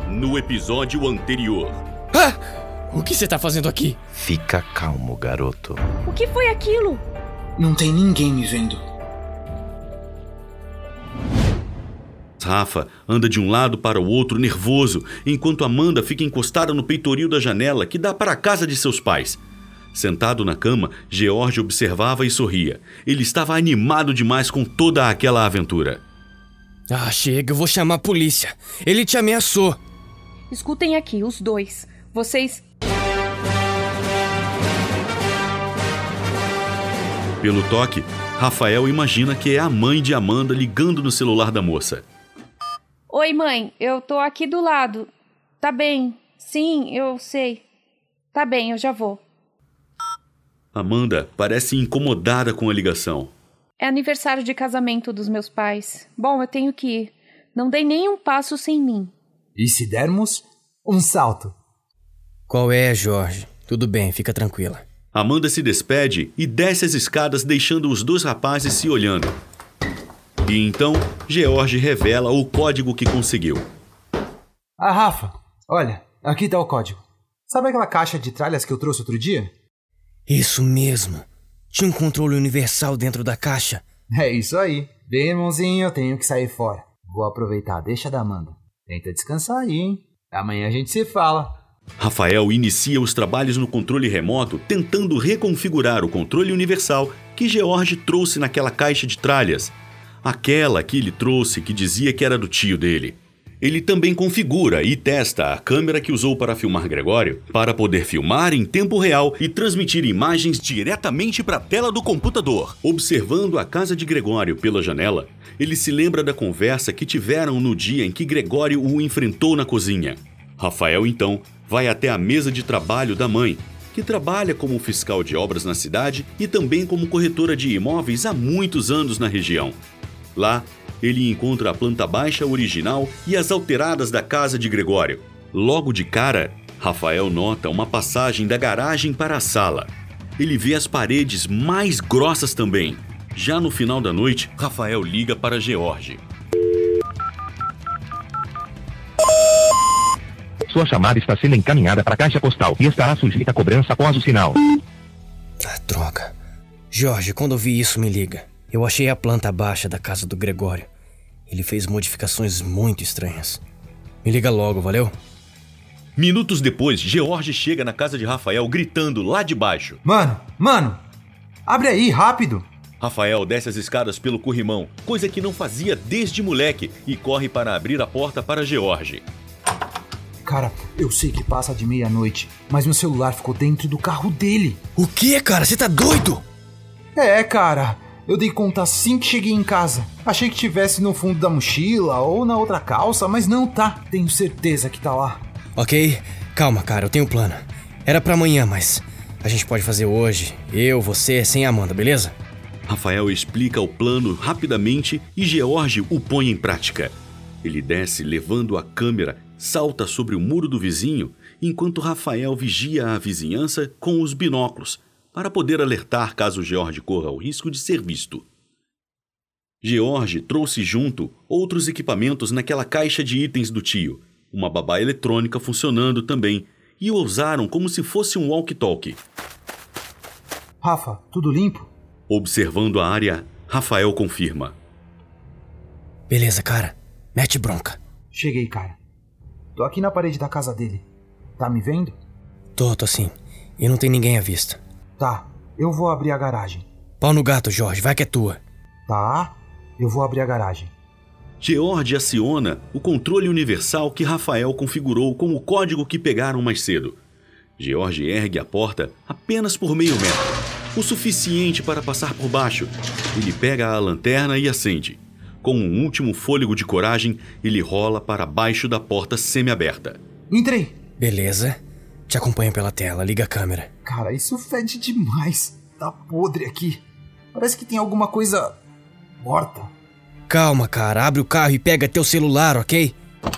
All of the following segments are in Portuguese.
No episódio anterior. O que você tá fazendo aqui? Fica calmo, garoto. O que foi aquilo? Não tem ninguém me vendo. Rafa anda de um lado para o outro nervoso, enquanto Amanda fica encostada no peitoril da janela que dá para a casa de seus pais. Sentado na cama, George observava e sorria. Ele estava animado demais com toda aquela aventura. Chega, eu vou chamar a polícia. Ele te ameaçou. Escutem aqui, os dois. Vocês... Pelo toque, Rafael imagina que é a mãe de Amanda ligando no celular da moça. Oi, mãe, eu tô aqui do lado. Tá bem, sim, eu sei. Tá bem, eu já vou. Amanda parece incomodada com a ligação. É aniversário de casamento dos meus pais. Bom, eu tenho que ir. Não dei nem um passo sem mim. E se dermos um salto? Qual é, Jorge? Tudo bem, fica tranquila. Amanda se despede e desce as escadas, deixando os dois rapazes se olhando. E então, George revela o código que conseguiu. Rafa, olha, aqui tá o código. Sabe aquela caixa de tralhas que eu trouxe outro dia? Isso mesmo. Tinha um controle universal dentro da caixa. É isso aí. Bem, irmãozinho, eu tenho que sair fora. Vou aproveitar, deixa da Amanda. Tenta descansar aí, hein? Amanhã a gente se fala. Rafael inicia os trabalhos no controle remoto, tentando reconfigurar o controle universal que George trouxe naquela caixa de tralhas. Aquela que ele trouxe que dizia que era do tio dele. Ele também configura e testa a câmera que usou para filmar Gregório, para poder filmar em tempo real e transmitir imagens diretamente para a tela do computador. Observando a casa de Gregório pela janela, ele se lembra da conversa que tiveram no dia em que Gregório o enfrentou na cozinha. Rafael, então, vai até a mesa de trabalho da mãe, que trabalha como fiscal de obras na cidade e também como corretora de imóveis há muitos anos na região. Lá, ele encontra a planta baixa original e as alteradas da casa de Gregório. Logo de cara, Rafael nota uma passagem da garagem para a sala. Ele vê as paredes mais grossas também. Já no final da noite, Rafael liga para George. Sua chamada está sendo encaminhada para a caixa postal e estará sujeita a cobrança após o sinal. Droga. Jorge, quando eu vi isso, me liga. Eu achei a planta baixa da casa do Gregório. Ele fez modificações muito estranhas. Me liga logo, valeu? Minutos depois, George chega na casa de Rafael gritando lá de baixo. Mano, abre aí, rápido. Rafael desce as escadas pelo corrimão, coisa que não fazia desde moleque, e corre para abrir a porta para George. Cara, eu sei que passa de meia-noite, mas meu celular ficou dentro do carro dele. O quê, cara? Você tá doido? Cara. Eu dei conta assim que cheguei em casa. Achei que tivesse no fundo da mochila ou na outra calça, mas não tá. Tenho certeza que tá lá. Ok, calma, cara, eu tenho um plano. Era pra amanhã, mas a gente pode fazer hoje. Eu, você, sem a Amanda, beleza? Rafael explica o plano rapidamente e George o põe em prática. Ele desce levando a câmera, salta sobre o muro do vizinho, enquanto Rafael vigia a vizinhança com os binóculos, para poder alertar caso George corra o risco de ser visto. George trouxe junto outros equipamentos naquela caixa de itens do tio, uma babá eletrônica funcionando também, e o usaram como se fosse um walkie-talkie. Rafa, tudo limpo? Observando a área, Rafael confirma. Beleza, cara. Mete bronca. Cheguei, cara. Tô aqui na parede da casa dele. Tá me vendo? Tô sim. E não tem ninguém à vista. Tá, eu vou abrir a garagem. Pau no gato, Jorge, vai que é tua. Tá, eu vou abrir a garagem. George aciona o controle universal que Rafael configurou com o código que pegaram mais cedo. George ergue a porta apenas por meio metro, o suficiente para passar por baixo. Ele pega a lanterna e acende. Com um último fôlego de coragem, ele rola para baixo da porta semi-aberta. Entrei. Beleza. Te acompanho pela tela, liga a câmera. Cara, isso fede demais. Tá podre aqui. Parece que tem alguma coisa morta. Calma, cara. Abre o carro e pega teu celular, ok?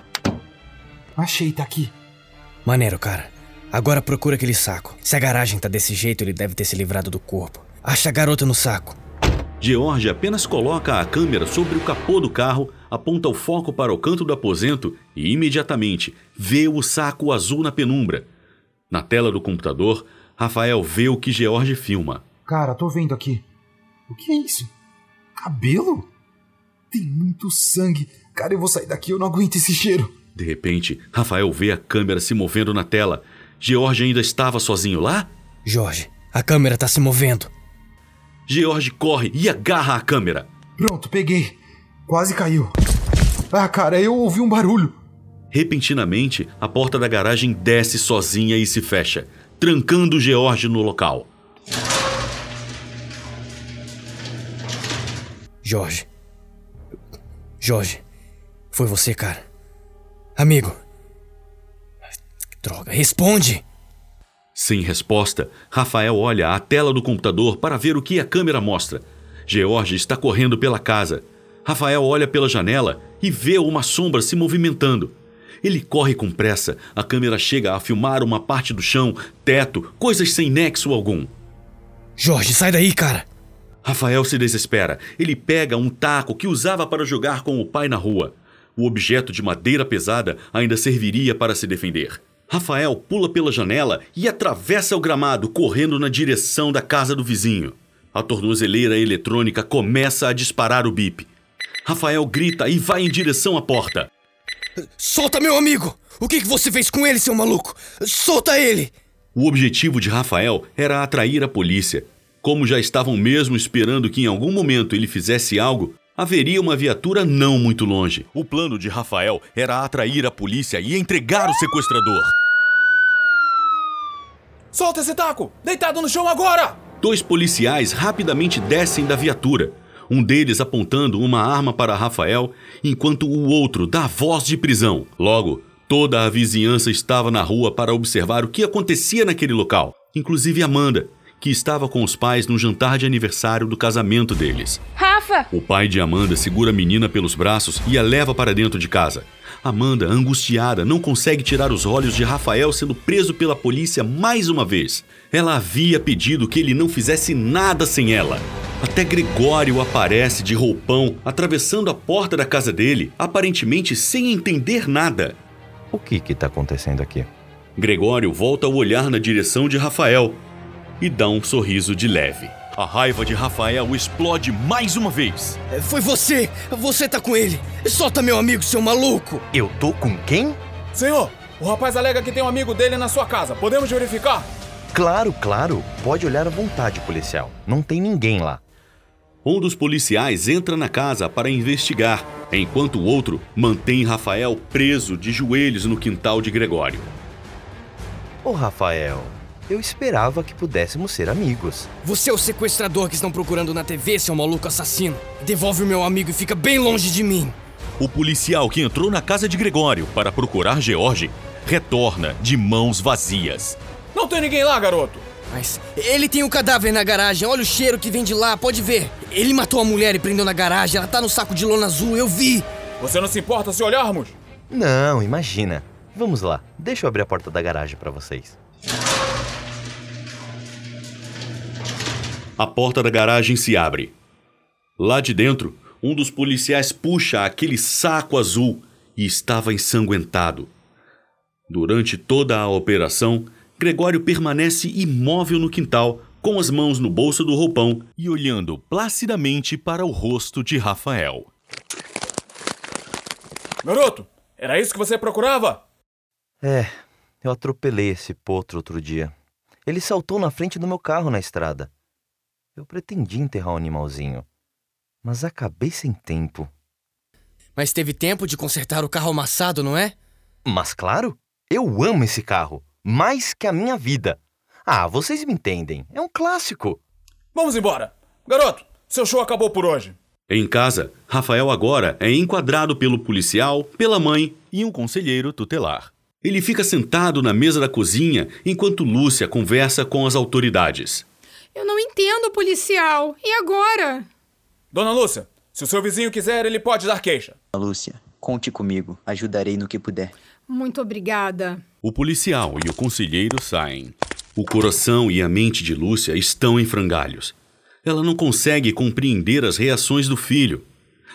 Achei, tá aqui. Maneiro, cara. Agora procura aquele saco. Se a garagem tá desse jeito, ele deve ter se livrado do corpo. Acha a garota no saco. George apenas coloca a câmera sobre o capô do carro, aponta o foco para o canto do aposento e imediatamente vê o saco azul na penumbra. Na tela do computador, Rafael vê o que George filma. Cara, tô vendo aqui. O que é isso? Cabelo? Tem muito sangue. Cara, eu vou sair daqui, eu não aguento esse cheiro. De repente, Rafael vê a câmera se movendo na tela. George ainda estava sozinho lá? Jorge, a câmera tá se movendo. George corre e agarra a câmera. Pronto, peguei. Quase caiu. Ah, cara, eu ouvi um barulho. Repentinamente, a porta da garagem desce sozinha e se fecha, trancando George no local. Jorge, foi você, cara? Amigo. Droga, responde! Sem resposta, Rafael olha a tela do computador para ver o que a câmera mostra. George está correndo pela casa. Rafael olha pela janela e vê uma sombra se movimentando. Ele corre com pressa. A câmera chega a filmar uma parte do chão, teto, coisas sem nexo algum. Jorge, sai daí, cara! Rafael se desespera. Ele pega um taco que usava para jogar com o pai na rua. O objeto de madeira pesada ainda serviria para se defender. Rafael pula pela janela e atravessa o gramado, correndo na direção da casa do vizinho. A tornozeleira eletrônica começa a disparar o bip. Rafael grita e vai em direção à porta. Solta meu amigo! O que você fez com ele, seu maluco? Solta ele! O objetivo de Rafael era atrair a polícia. Como já estavam mesmo esperando que em algum momento ele fizesse algo, haveria uma viatura não muito longe. O plano de Rafael era atrair a polícia e entregar o sequestrador. Solta esse taco! Deitado no chão agora! 2 policiais rapidamente descem da viatura. Um deles apontando uma arma para Rafael, enquanto o outro dá voz de prisão. Logo, toda a vizinhança estava na rua para observar o que acontecia naquele local, inclusive Amanda, que estava com os pais no jantar de aniversário do casamento deles. Rafa! O pai de Amanda segura a menina pelos braços e a leva para dentro de casa. Amanda, angustiada, não consegue tirar os olhos de Rafael sendo preso pela polícia mais uma vez. Ela havia pedido que ele não fizesse nada sem ela. Até Gregório aparece de roupão, atravessando a porta da casa dele, aparentemente sem entender nada. O que tá acontecendo aqui? Gregório volta o olhar na direção de Rafael e dá um sorriso de leve. A raiva de Rafael explode mais uma vez. Foi você! Você tá com ele! Solta meu amigo, seu maluco! Eu tô com quem? Senhor, o rapaz alega que tem um amigo dele na sua casa. Podemos verificar? Claro. Pode olhar à vontade, policial. Não tem ninguém lá. Um dos policiais entra na casa para investigar, enquanto o outro mantém Rafael preso de joelhos no quintal de Gregório. Ô, Rafael, eu esperava que pudéssemos ser amigos. Você é o sequestrador que estão procurando na TV, seu maluco assassino. Devolve o meu amigo e fica bem longe de mim. O policial que entrou na casa de Gregório para procurar George retorna de mãos vazias. Não tem ninguém lá, garoto! Mas ele tem um cadáver na garagem, olha o cheiro que vem de lá, pode ver. Ele matou a mulher e prendeu na garagem, ela tá no saco de lona azul, eu vi. Você não se importa se olharmos? Não, imagina. Vamos lá, deixa eu abrir a porta da garagem pra vocês. A porta da garagem se abre. Lá de dentro, um dos policiais puxa aquele saco azul e estava ensanguentado. Durante toda a operação, Gregório permanece imóvel no quintal, com as mãos no bolso do roupão e olhando placidamente para o rosto de Rafael. Garoto, era isso que você procurava? Eu atropelei esse potro outro dia. Ele saltou na frente do meu carro na estrada. Eu pretendia enterrar o animalzinho, mas acabei sem tempo. Mas teve tempo de consertar o carro amassado, não é? Mas claro, eu amo esse carro, mais que a minha vida. Ah, vocês me entendem, é um clássico. Vamos embora. Garoto, seu show acabou por hoje. Em casa, Rafael agora é enquadrado pelo policial, pela mãe e um conselheiro tutelar. Ele fica sentado na mesa da cozinha enquanto Lúcia conversa com as autoridades. Eu não entendo, policial. E agora? Dona Lúcia, se o seu vizinho quiser, ele pode dar queixa. Lúcia, conte comigo. Ajudarei no que puder. Muito obrigada. O policial e o conselheiro saem. O coração e a mente de Lúcia estão em frangalhos. Ela não consegue compreender as reações do filho.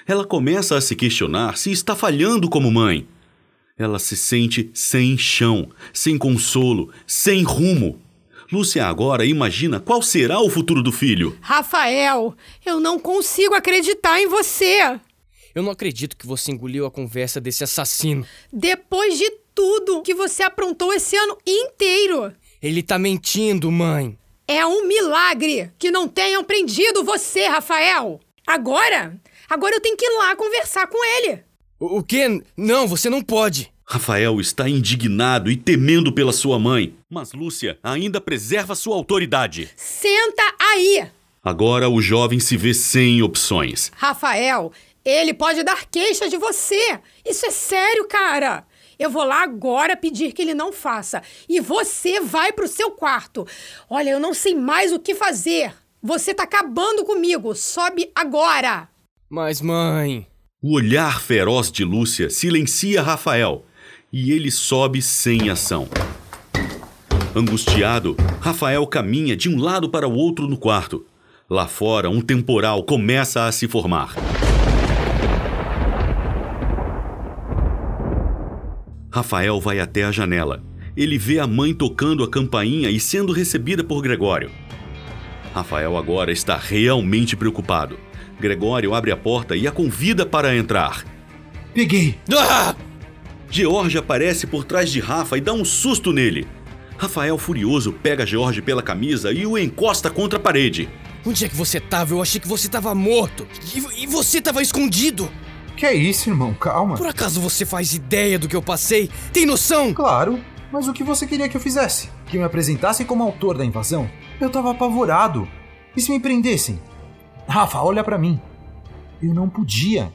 Ela começa a se questionar se está falhando como mãe. Ela se sente sem chão, sem consolo, sem rumo. Lúcia agora imagina qual será o futuro do filho. Rafael, eu não consigo acreditar em você. Eu não acredito que você engoliu a conversa desse assassino. Depois de tudo que você aprontou esse ano inteiro. Ele tá mentindo, mãe. É um milagre que não tenham prendido você, Rafael. Agora eu tenho que ir lá conversar com ele. O quê? Não, você não pode. Rafael está indignado e temendo pela sua mãe, mas Lúcia ainda preserva sua autoridade. Senta aí! Agora o jovem se vê sem opções. Rafael, ele pode dar queixa de você. Isso é sério, cara. Eu vou lá agora pedir que ele não faça. E você vai pro seu quarto. Olha, eu não sei mais o que fazer. Você tá acabando comigo. Sobe agora. Mas, mãe... O olhar feroz de Lúcia silencia Rafael e ele sobe sem ação. Angustiado, Rafael caminha de um lado para o outro no quarto. Lá fora, um temporal começa a se formar. Rafael vai até a janela. Ele vê a mãe tocando a campainha e sendo recebida por Gregório. Rafael agora está realmente preocupado. Gregório abre a porta e a convida para entrar. Peguei! Ah! George aparece por trás de Rafa e dá um susto nele. Rafael, furioso, pega George pela camisa e o encosta contra a parede. Onde é que você tava? Eu achei que você tava morto. E você tava escondido. Que é isso, irmão? Calma. Por acaso você faz ideia do que eu passei? Tem noção? Claro, mas o que você queria que eu fizesse? Que eu me apresentasse como autor da invasão? Eu tava apavorado. E se me prendessem? Rafa, olha pra mim. Eu não podia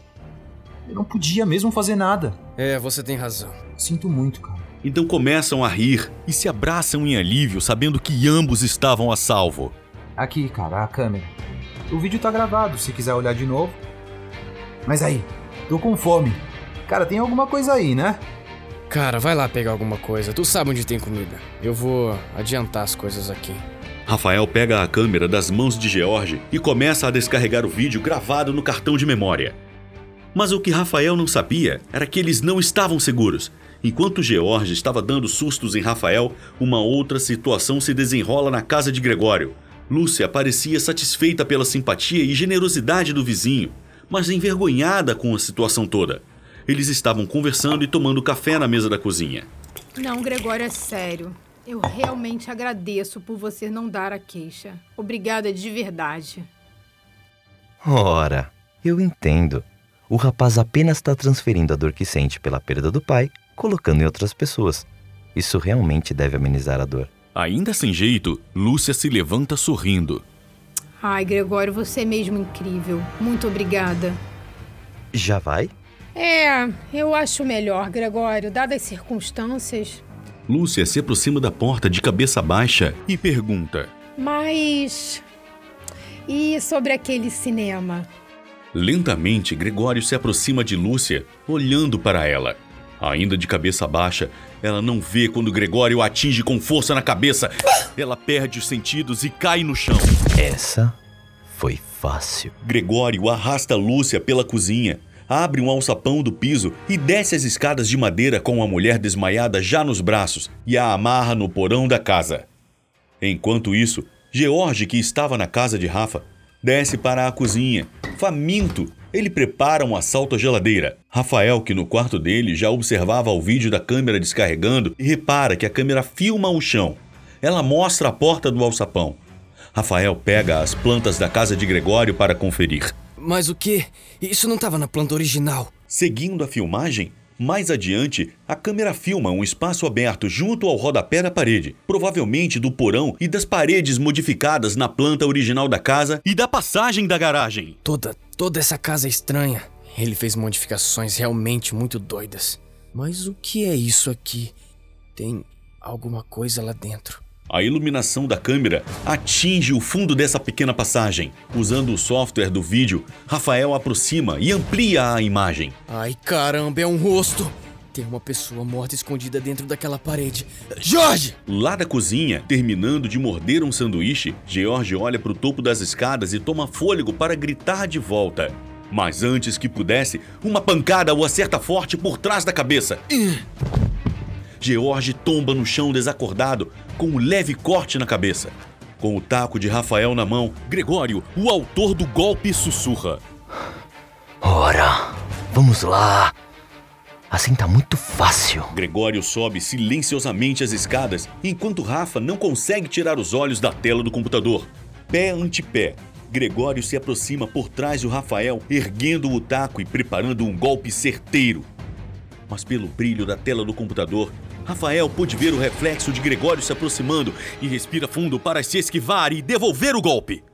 mesmo fazer nada. É, você tem razão. Sinto muito, cara. Então começam a rir e se abraçam em alívio, sabendo que ambos estavam a salvo. Aqui, cara, a câmera. O vídeo tá gravado, se quiser olhar de novo. Mas aí, tô com fome. Cara, tem alguma coisa aí, né? Cara, vai lá pegar alguma coisa. Tu sabe onde tem comida. Eu vou adiantar as coisas aqui. Rafael pega a câmera das mãos de George e começa a descarregar o vídeo gravado no cartão de memória. Mas o que Rafael não sabia era que eles não estavam seguros. Enquanto George estava dando sustos em Rafael, uma outra situação se desenrola na casa de Gregório. Lúcia parecia satisfeita pela simpatia e generosidade do vizinho, mas envergonhada com a situação toda. Eles estavam conversando e tomando café na mesa da cozinha. Não, Gregório, é sério. Eu realmente agradeço por você não dar a queixa. Obrigada de verdade. Ora, eu entendo. O rapaz apenas está transferindo a dor que sente pela perda do pai, colocando em outras pessoas. Isso realmente deve amenizar a dor. Ainda sem jeito, Lúcia se levanta sorrindo. Ai, Gregório, você é mesmo incrível. Muito obrigada. Já vai? É, eu acho melhor, Gregório, dadas as circunstâncias. Lúcia se aproxima da porta de cabeça baixa e pergunta: Mas... e sobre aquele cinema? Lentamente, Gregório se aproxima de Lúcia, olhando para ela. Ainda de cabeça baixa, ela não vê quando Gregório a atinge com força na cabeça. Ela perde os sentidos e cai no chão. Essa foi fácil. Gregório arrasta Lúcia pela cozinha, abre um alçapão do piso e desce as escadas de madeira com a mulher desmaiada já nos braços e a amarra no porão da casa. Enquanto isso, George, que estava na casa de Rafa, desce para a cozinha. Faminto, ele prepara um assalto à geladeira. Rafael, que no quarto dele já observava o vídeo da câmera descarregando, e repara que a câmera filma o chão. Ela mostra a porta do alçapão. Rafael pega as plantas da casa de Gregório para conferir. Mas o quê? Isso não estava na planta original. Seguindo a filmagem, mais adiante, a câmera filma um espaço aberto junto ao rodapé da parede, provavelmente do porão e das paredes modificadas na planta original da casa e da passagem da garagem. Toda essa casa é estranha. Ele fez modificações realmente muito doidas. Mas o que é isso aqui? Tem alguma coisa lá dentro. A iluminação da câmera atinge o fundo dessa pequena passagem. Usando o software do vídeo, Rafael aproxima e amplia a imagem. Ai, caramba, é um rosto! Tem uma pessoa morta escondida dentro daquela parede. Jorge! Lá da cozinha, terminando de morder um sanduíche, George olha para o topo das escadas e toma fôlego para gritar de volta. Mas antes que pudesse, uma pancada o acerta forte por trás da cabeça. George tomba no chão desacordado, com um leve corte na cabeça. Com o taco de Rafael na mão, Gregório, o autor do golpe, sussurra: Ora, vamos lá. Assim tá muito fácil. Gregório sobe silenciosamente as escadas, enquanto Rafa não consegue tirar os olhos da tela do computador. Pé ante pé, Gregório se aproxima por trás do Rafael, erguendo o taco e preparando um golpe certeiro. Mas pelo brilho da tela do computador, Rafael pôde ver o reflexo de Gregório se aproximando e respira fundo para se esquivar e devolver o golpe.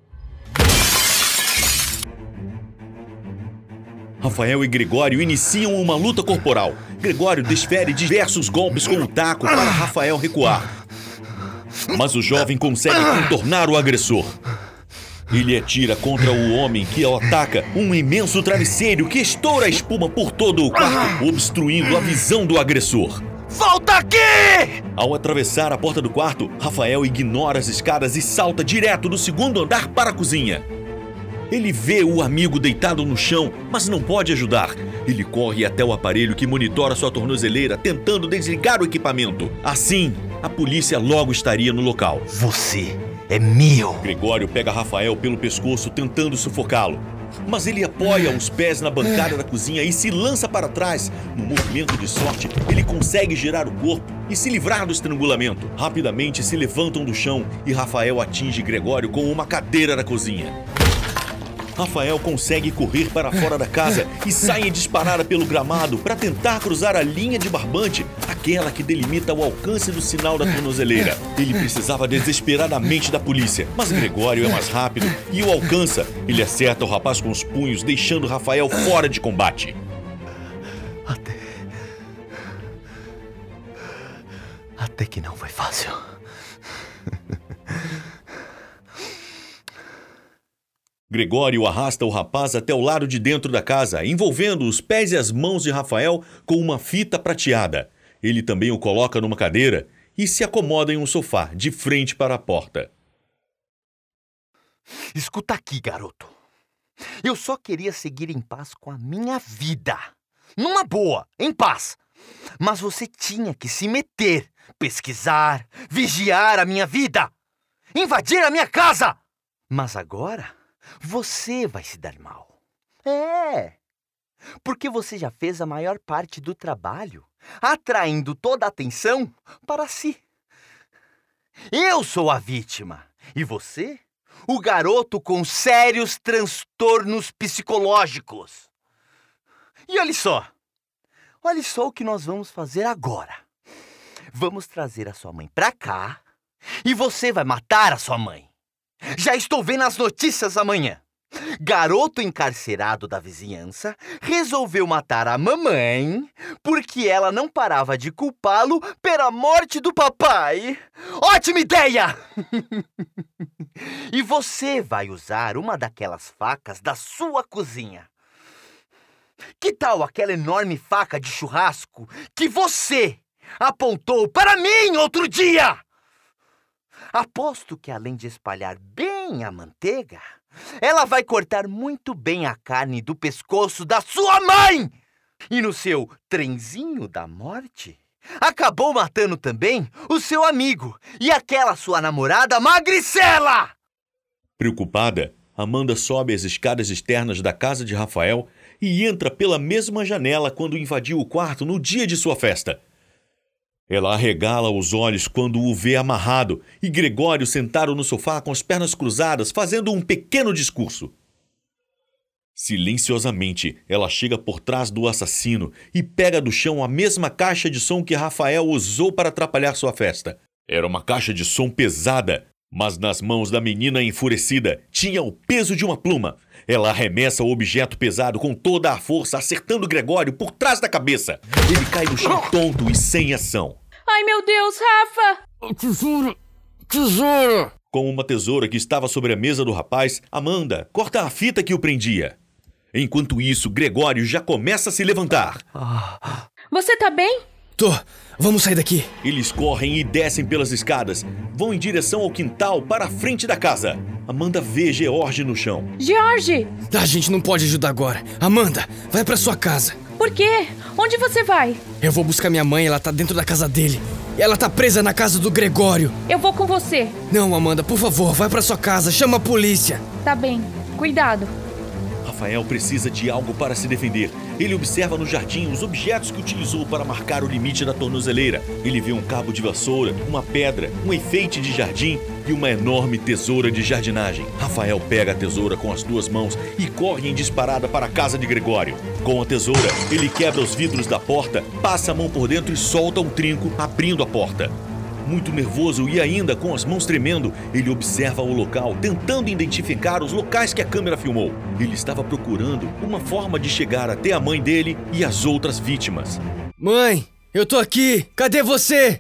Rafael e Gregório iniciam uma luta corporal. Gregório desfere diversos golpes com o taco para Rafael recuar. Mas o jovem consegue contornar o agressor. Ele atira contra o homem que o ataca um imenso travesseiro que estoura a espuma por todo o quarto, obstruindo a visão do agressor. Volta aqui! Ao atravessar a porta do quarto, Rafael ignora as escadas e salta direto do segundo andar para a cozinha. Ele vê o amigo deitado no chão, mas não pode ajudar. Ele corre até o aparelho que monitora sua tornozeleira, tentando desligar o equipamento. Assim, a polícia logo estaria no local. Você é meu! Gregório pega Rafael pelo pescoço, tentando sufocá-lo. Mas ele apoia os pés na bancada da cozinha e se lança para trás. No movimento de sorte, ele consegue girar o corpo e se livrar do estrangulamento. Rapidamente se levantam do chão e Rafael atinge Gregório com uma cadeira da cozinha. Rafael consegue correr para fora da casa e sai disparada pelo gramado para tentar cruzar a linha de barbante, aquela que delimita o alcance do sinal da tornozeleira. Ele precisava desesperadamente da polícia, mas Gregório é mais rápido e o alcança. Ele acerta o rapaz com os punhos, deixando Rafael fora de combate. Até que não foi fácil. Gregório arrasta o rapaz até o lado de dentro da casa, envolvendo os pés e as mãos de Rafael com uma fita prateada. Ele também o coloca numa cadeira e se acomoda em um sofá, de frente para a porta. Escuta aqui, garoto. Eu só queria seguir em paz com a minha vida. Numa boa, em paz. Mas você tinha que se meter, pesquisar, vigiar a minha vida, invadir a minha casa. Mas agora você vai se dar mal. Porque você já fez a maior parte do trabalho, atraindo toda a atenção para si. Eu sou a vítima e você, o garoto com sérios transtornos psicológicos. E olha só o que nós vamos fazer agora. Vamos trazer a sua mãe pra cá e você vai matar a sua mãe. Já estou vendo as notícias amanhã. Garoto encarcerado da vizinhança resolveu matar a mamãe porque ela não parava de culpá-lo pela morte do papai. Ótima ideia! E você vai usar uma daquelas facas da sua cozinha. Que tal aquela enorme faca de churrasco que você apontou para mim outro dia? Aposto que além de espalhar bem a manteiga, ela vai cortar muito bem a carne do pescoço da sua mãe! E no seu trenzinho da morte, acabou matando também o seu amigo e aquela sua namorada magricela! Preocupada, Amanda sobe as escadas externas da casa de Rafael e entra pela mesma janela quando invadiu o quarto no dia de sua festa. Ela arregala os olhos quando o vê amarrado e Gregório sentado no sofá com as pernas cruzadas, fazendo um pequeno discurso. Silenciosamente, ela chega por trás do assassino e pega do chão a mesma caixa de som que Rafael usou para atrapalhar sua festa. Era uma caixa de som pesada, mas nas mãos da menina enfurecida tinha o peso de uma pluma. Ela arremessa o objeto pesado com toda a força, acertando Gregório por trás da cabeça. Ele cai no chão tonto e sem ação. Ai, meu Deus, Rafa! Tesoura! Com uma tesoura que estava sobre a mesa do rapaz, Amanda corta a fita que o prendia. Enquanto isso, Gregório já começa a se levantar. Você tá bem? Vamos sair daqui. Eles correm e descem pelas escadas. Vão em direção ao quintal para a frente da casa. Amanda vê George no chão. George! A gente não pode ajudar agora. Amanda, vai pra sua casa. Por quê? Onde você vai? Eu vou buscar minha mãe, ela tá dentro da casa dele. Ela tá presa na casa do Gregório. Eu vou com você. Não, Amanda, por favor, vai pra sua casa, chama a polícia. Tá bem, cuidado. Rafael precisa de algo para se defender. Ele observa no jardim os objetos que utilizou para marcar o limite da tornozeleira. Ele vê um cabo de vassoura, uma pedra, um enfeite de jardim e uma enorme tesoura de jardinagem. Rafael pega a tesoura com as 2 mãos e corre em disparada para a casa de Gregório. Com a tesoura, ele quebra os vidros da porta, passa a mão por dentro e solta um trinco, abrindo a porta. Muito nervoso e ainda com as mãos tremendo, ele observa o local, tentando identificar os locais que a câmera filmou. Ele estava procurando uma forma de chegar até a mãe dele e as outras vítimas. Mãe, eu tô aqui! Cadê você?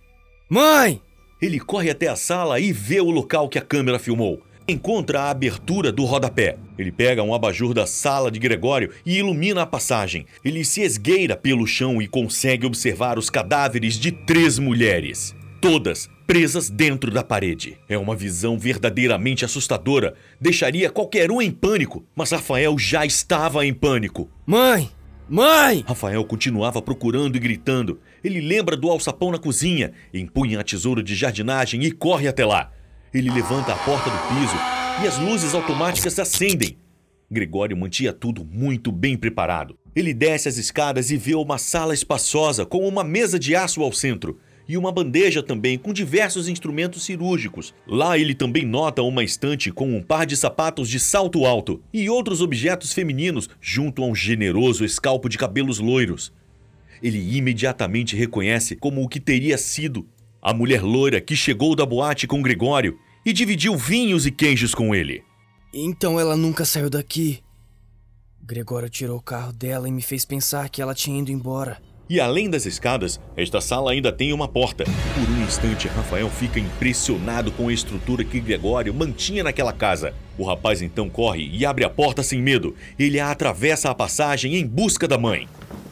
Mãe! Ele corre até a sala e vê o local que a câmera filmou. Encontra a abertura do rodapé. Ele pega um abajur da sala de Gregório e ilumina a passagem. Ele se esgueira pelo chão e consegue observar os cadáveres de 3 mulheres. Todas presas dentro da parede. É uma visão verdadeiramente assustadora. Deixaria qualquer um em pânico, mas Rafael já estava em pânico. Mãe! Mãe! Rafael continuava procurando e gritando. Ele lembra do alçapão na cozinha, empunha a tesoura de jardinagem e corre até lá. Ele levanta a porta do piso e as luzes automáticas acendem. Gregório mantinha tudo muito bem preparado. Ele desce as escadas e vê uma sala espaçosa com uma mesa de aço ao centro. E uma bandeja também com diversos instrumentos cirúrgicos. Lá ele também nota uma estante com um par de sapatos de salto alto e outros objetos femininos junto a um generoso escalpo de cabelos loiros. Ele imediatamente reconhece como o que teria sido a mulher loira que chegou da boate com Gregório e dividiu vinhos e queijos com ele. Então ela nunca saiu daqui. Gregório tirou o carro dela e me fez pensar que ela tinha ido embora. E além das escadas, esta sala ainda tem uma porta. Por um instante, Rafael fica impressionado com a estrutura que Gregório mantinha naquela casa. O rapaz então corre e abre a porta sem medo. Ele atravessa a passagem em busca da mãe.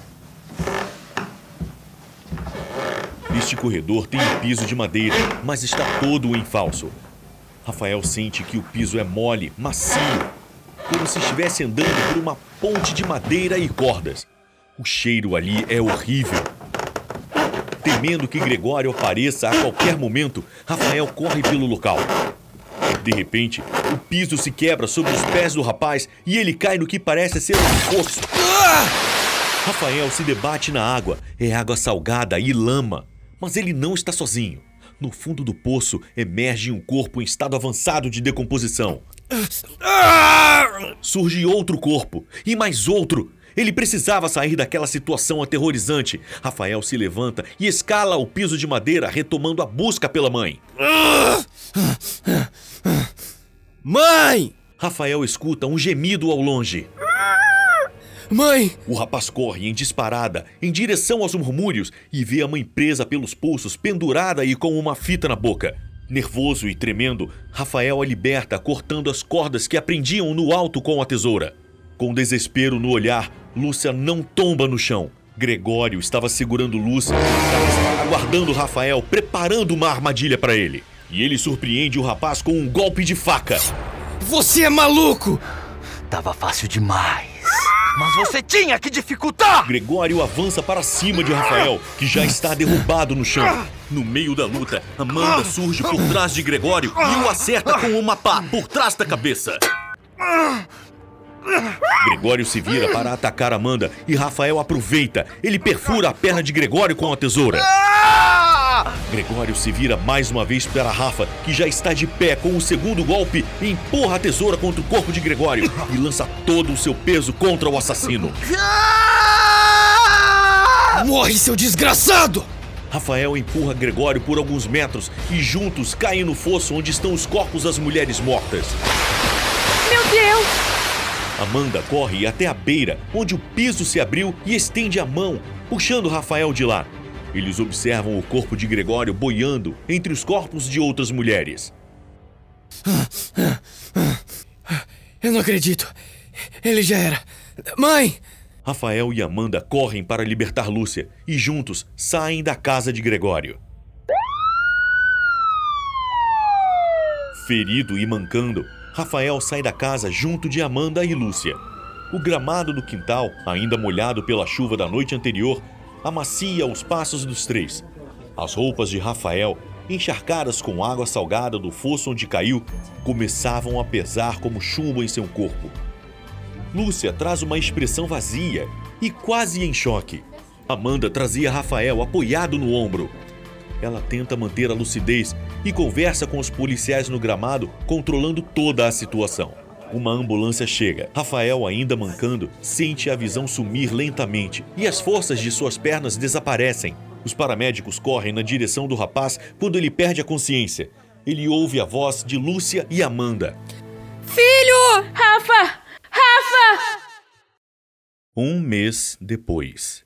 Este corredor tem um piso de madeira, mas está todo em falso. Rafael sente que o piso é mole, macio, como se estivesse andando por uma ponte de madeira e cordas. O cheiro ali é horrível. Temendo que Gregório apareça a qualquer momento, Rafael corre pelo local. De repente, o piso se quebra sobre os pés do rapaz e ele cai no que parece ser um poço. Rafael se debate na água. É água salgada e lama. Mas ele não está sozinho. No fundo do poço emerge um corpo em estado avançado de decomposição. Surge outro corpo e mais outro. Ele precisava sair daquela situação aterrorizante. Rafael se levanta e escala o piso de madeira, retomando a busca pela mãe. Mãe! Rafael escuta um gemido ao longe. Mãe! O rapaz corre em disparada, em direção aos murmúrios, e vê a mãe presa pelos pulsos, pendurada e com uma fita na boca. Nervoso e tremendo, Rafael a liberta, cortando as cordas que a prendiam no alto com a tesoura. Com desespero no olhar, Lúcia não tomba no chão. Gregório estava segurando Lúcia, aguardando Rafael, preparando uma armadilha para ele. E ele surpreende o rapaz com um golpe de faca. Você é maluco! Tava fácil demais. Mas você tinha que dificultar! Gregório avança para cima de Rafael, que já está derrubado no chão. No meio da luta, Amanda surge por trás de Gregório e o acerta com uma pá por trás da cabeça. Gregório se vira para atacar Amanda e Rafael aproveita. Ele perfura a perna de Gregório com a tesoura. Gregório se vira mais uma vez para Rafa, que já está de pé com o segundo golpe, e empurra a tesoura contra o corpo de Gregório e lança todo o seu peso contra o assassino. Morre, seu desgraçado! Rafael empurra Gregório por alguns metros e juntos caem no fosso onde estão os corpos das mulheres mortas. Meu Deus! Amanda corre até a beira, onde o piso se abriu e estende a mão, puxando Rafael de lá. Eles observam o corpo de Gregório boiando entre os corpos de outras mulheres. Eu não acredito. Ele já era. Mãe! Rafael e Amanda correm para libertar Lúcia e juntos saem da casa de Gregório. Ferido e mancando, Rafael sai da casa junto de Amanda e Lúcia. O gramado do quintal, ainda molhado pela chuva da noite anterior, amacia os passos dos três. As roupas de Rafael, encharcadas com água salgada do fosso onde caiu, começavam a pesar como chumbo em seu corpo. Lúcia traz uma expressão vazia e quase em choque. Amanda trazia Rafael apoiado no ombro. Ela tenta manter a lucidez e conversa com os policiais no gramado, controlando toda a situação. Uma ambulância chega. Rafael, ainda mancando, sente a visão sumir lentamente e as forças de suas pernas desaparecem. Os paramédicos correm na direção do rapaz quando ele perde a consciência. Ele ouve a voz de Lúcia e Amanda. Filho! Rafa! Rafa! Um mês depois.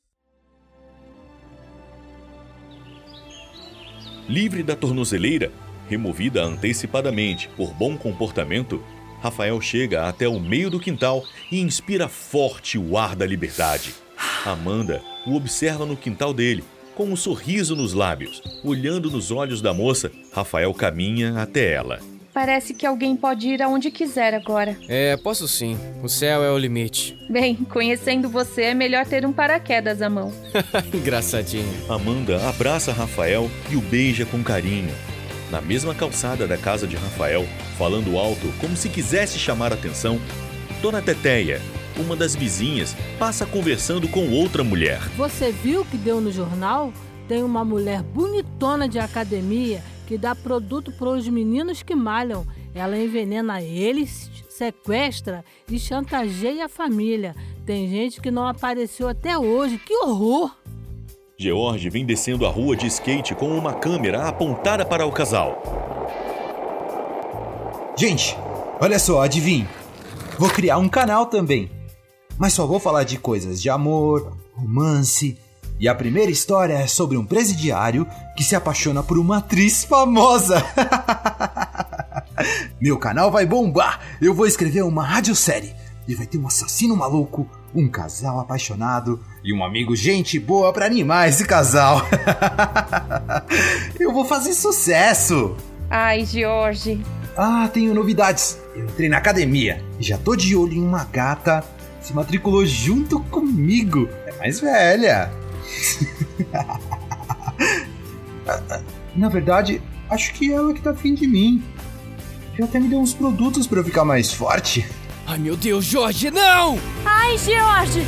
Livre da tornozeleira, removida antecipadamente por bom comportamento, Rafael chega até o meio do quintal e inspira forte o ar da liberdade. Amanda o observa no quintal dele, com um sorriso nos lábios. Olhando nos olhos da moça, Rafael caminha até ela. Parece que alguém pode ir aonde quiser agora. Posso sim. O céu é o limite. Bem, conhecendo você, é melhor ter um paraquedas à mão. Engraçadinho. Amanda abraça Rafael e o beija com carinho. Na mesma calçada da casa de Rafael, falando alto como se quisesse chamar a atenção, Dona Teteia, uma das vizinhas, passa conversando com outra mulher. Você viu que deu no jornal? Tem uma mulher bonitona de academia que dá produto para os meninos que malham. Ela envenena eles, sequestra e chantageia a família. Tem gente que não apareceu até hoje. Que horror! George vem descendo a rua de skate com uma câmera apontada para o casal. Gente, olha só, adivinhe. Vou criar um canal também. Mas só vou falar de coisas de amor, romance. E a primeira história é sobre um presidiário que se apaixona por uma atriz famosa. Meu canal vai bombar. Eu vou escrever uma radiosérie. E vai ter um assassino maluco, um casal apaixonado e um amigo gente boa pra animar esse casal. Eu vou fazer sucesso. Ai, George. Tenho novidades. Eu entrei na academia e já tô de olho em uma gata. Se matriculou junto comigo. É mais velha. Na verdade, acho que ela que tá afim de mim. Já até me deu uns produtos pra eu ficar mais forte. Ai, meu Deus, Jorge, não! Ai, George!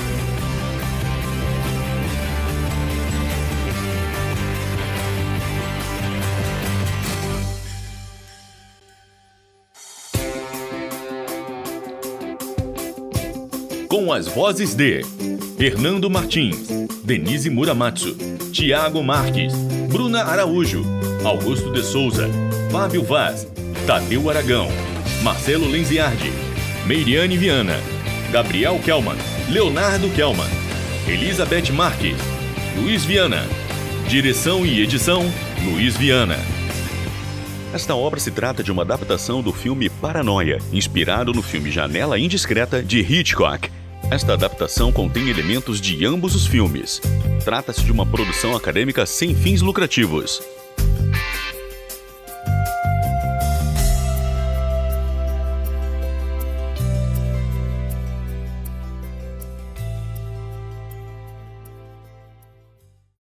Com as vozes de Fernando Martins, Denise Muramatsu, Tiago Marques, Bruna Araújo, Augusto de Souza, Fábio Vaz, Tadeu Aragão, Marcelo Lenziardi, Meiriane Viana, Gabriel Kelman, Leonardo Kelman, Elizabeth Marques, Luiz Viana. Direção e edição, Luiz Viana. Esta obra se trata de uma adaptação do filme Paranoia, inspirado no filme Janela Indiscreta, de Hitchcock. Esta adaptação contém elementos de ambos os filmes. Trata-se de uma produção acadêmica sem fins lucrativos.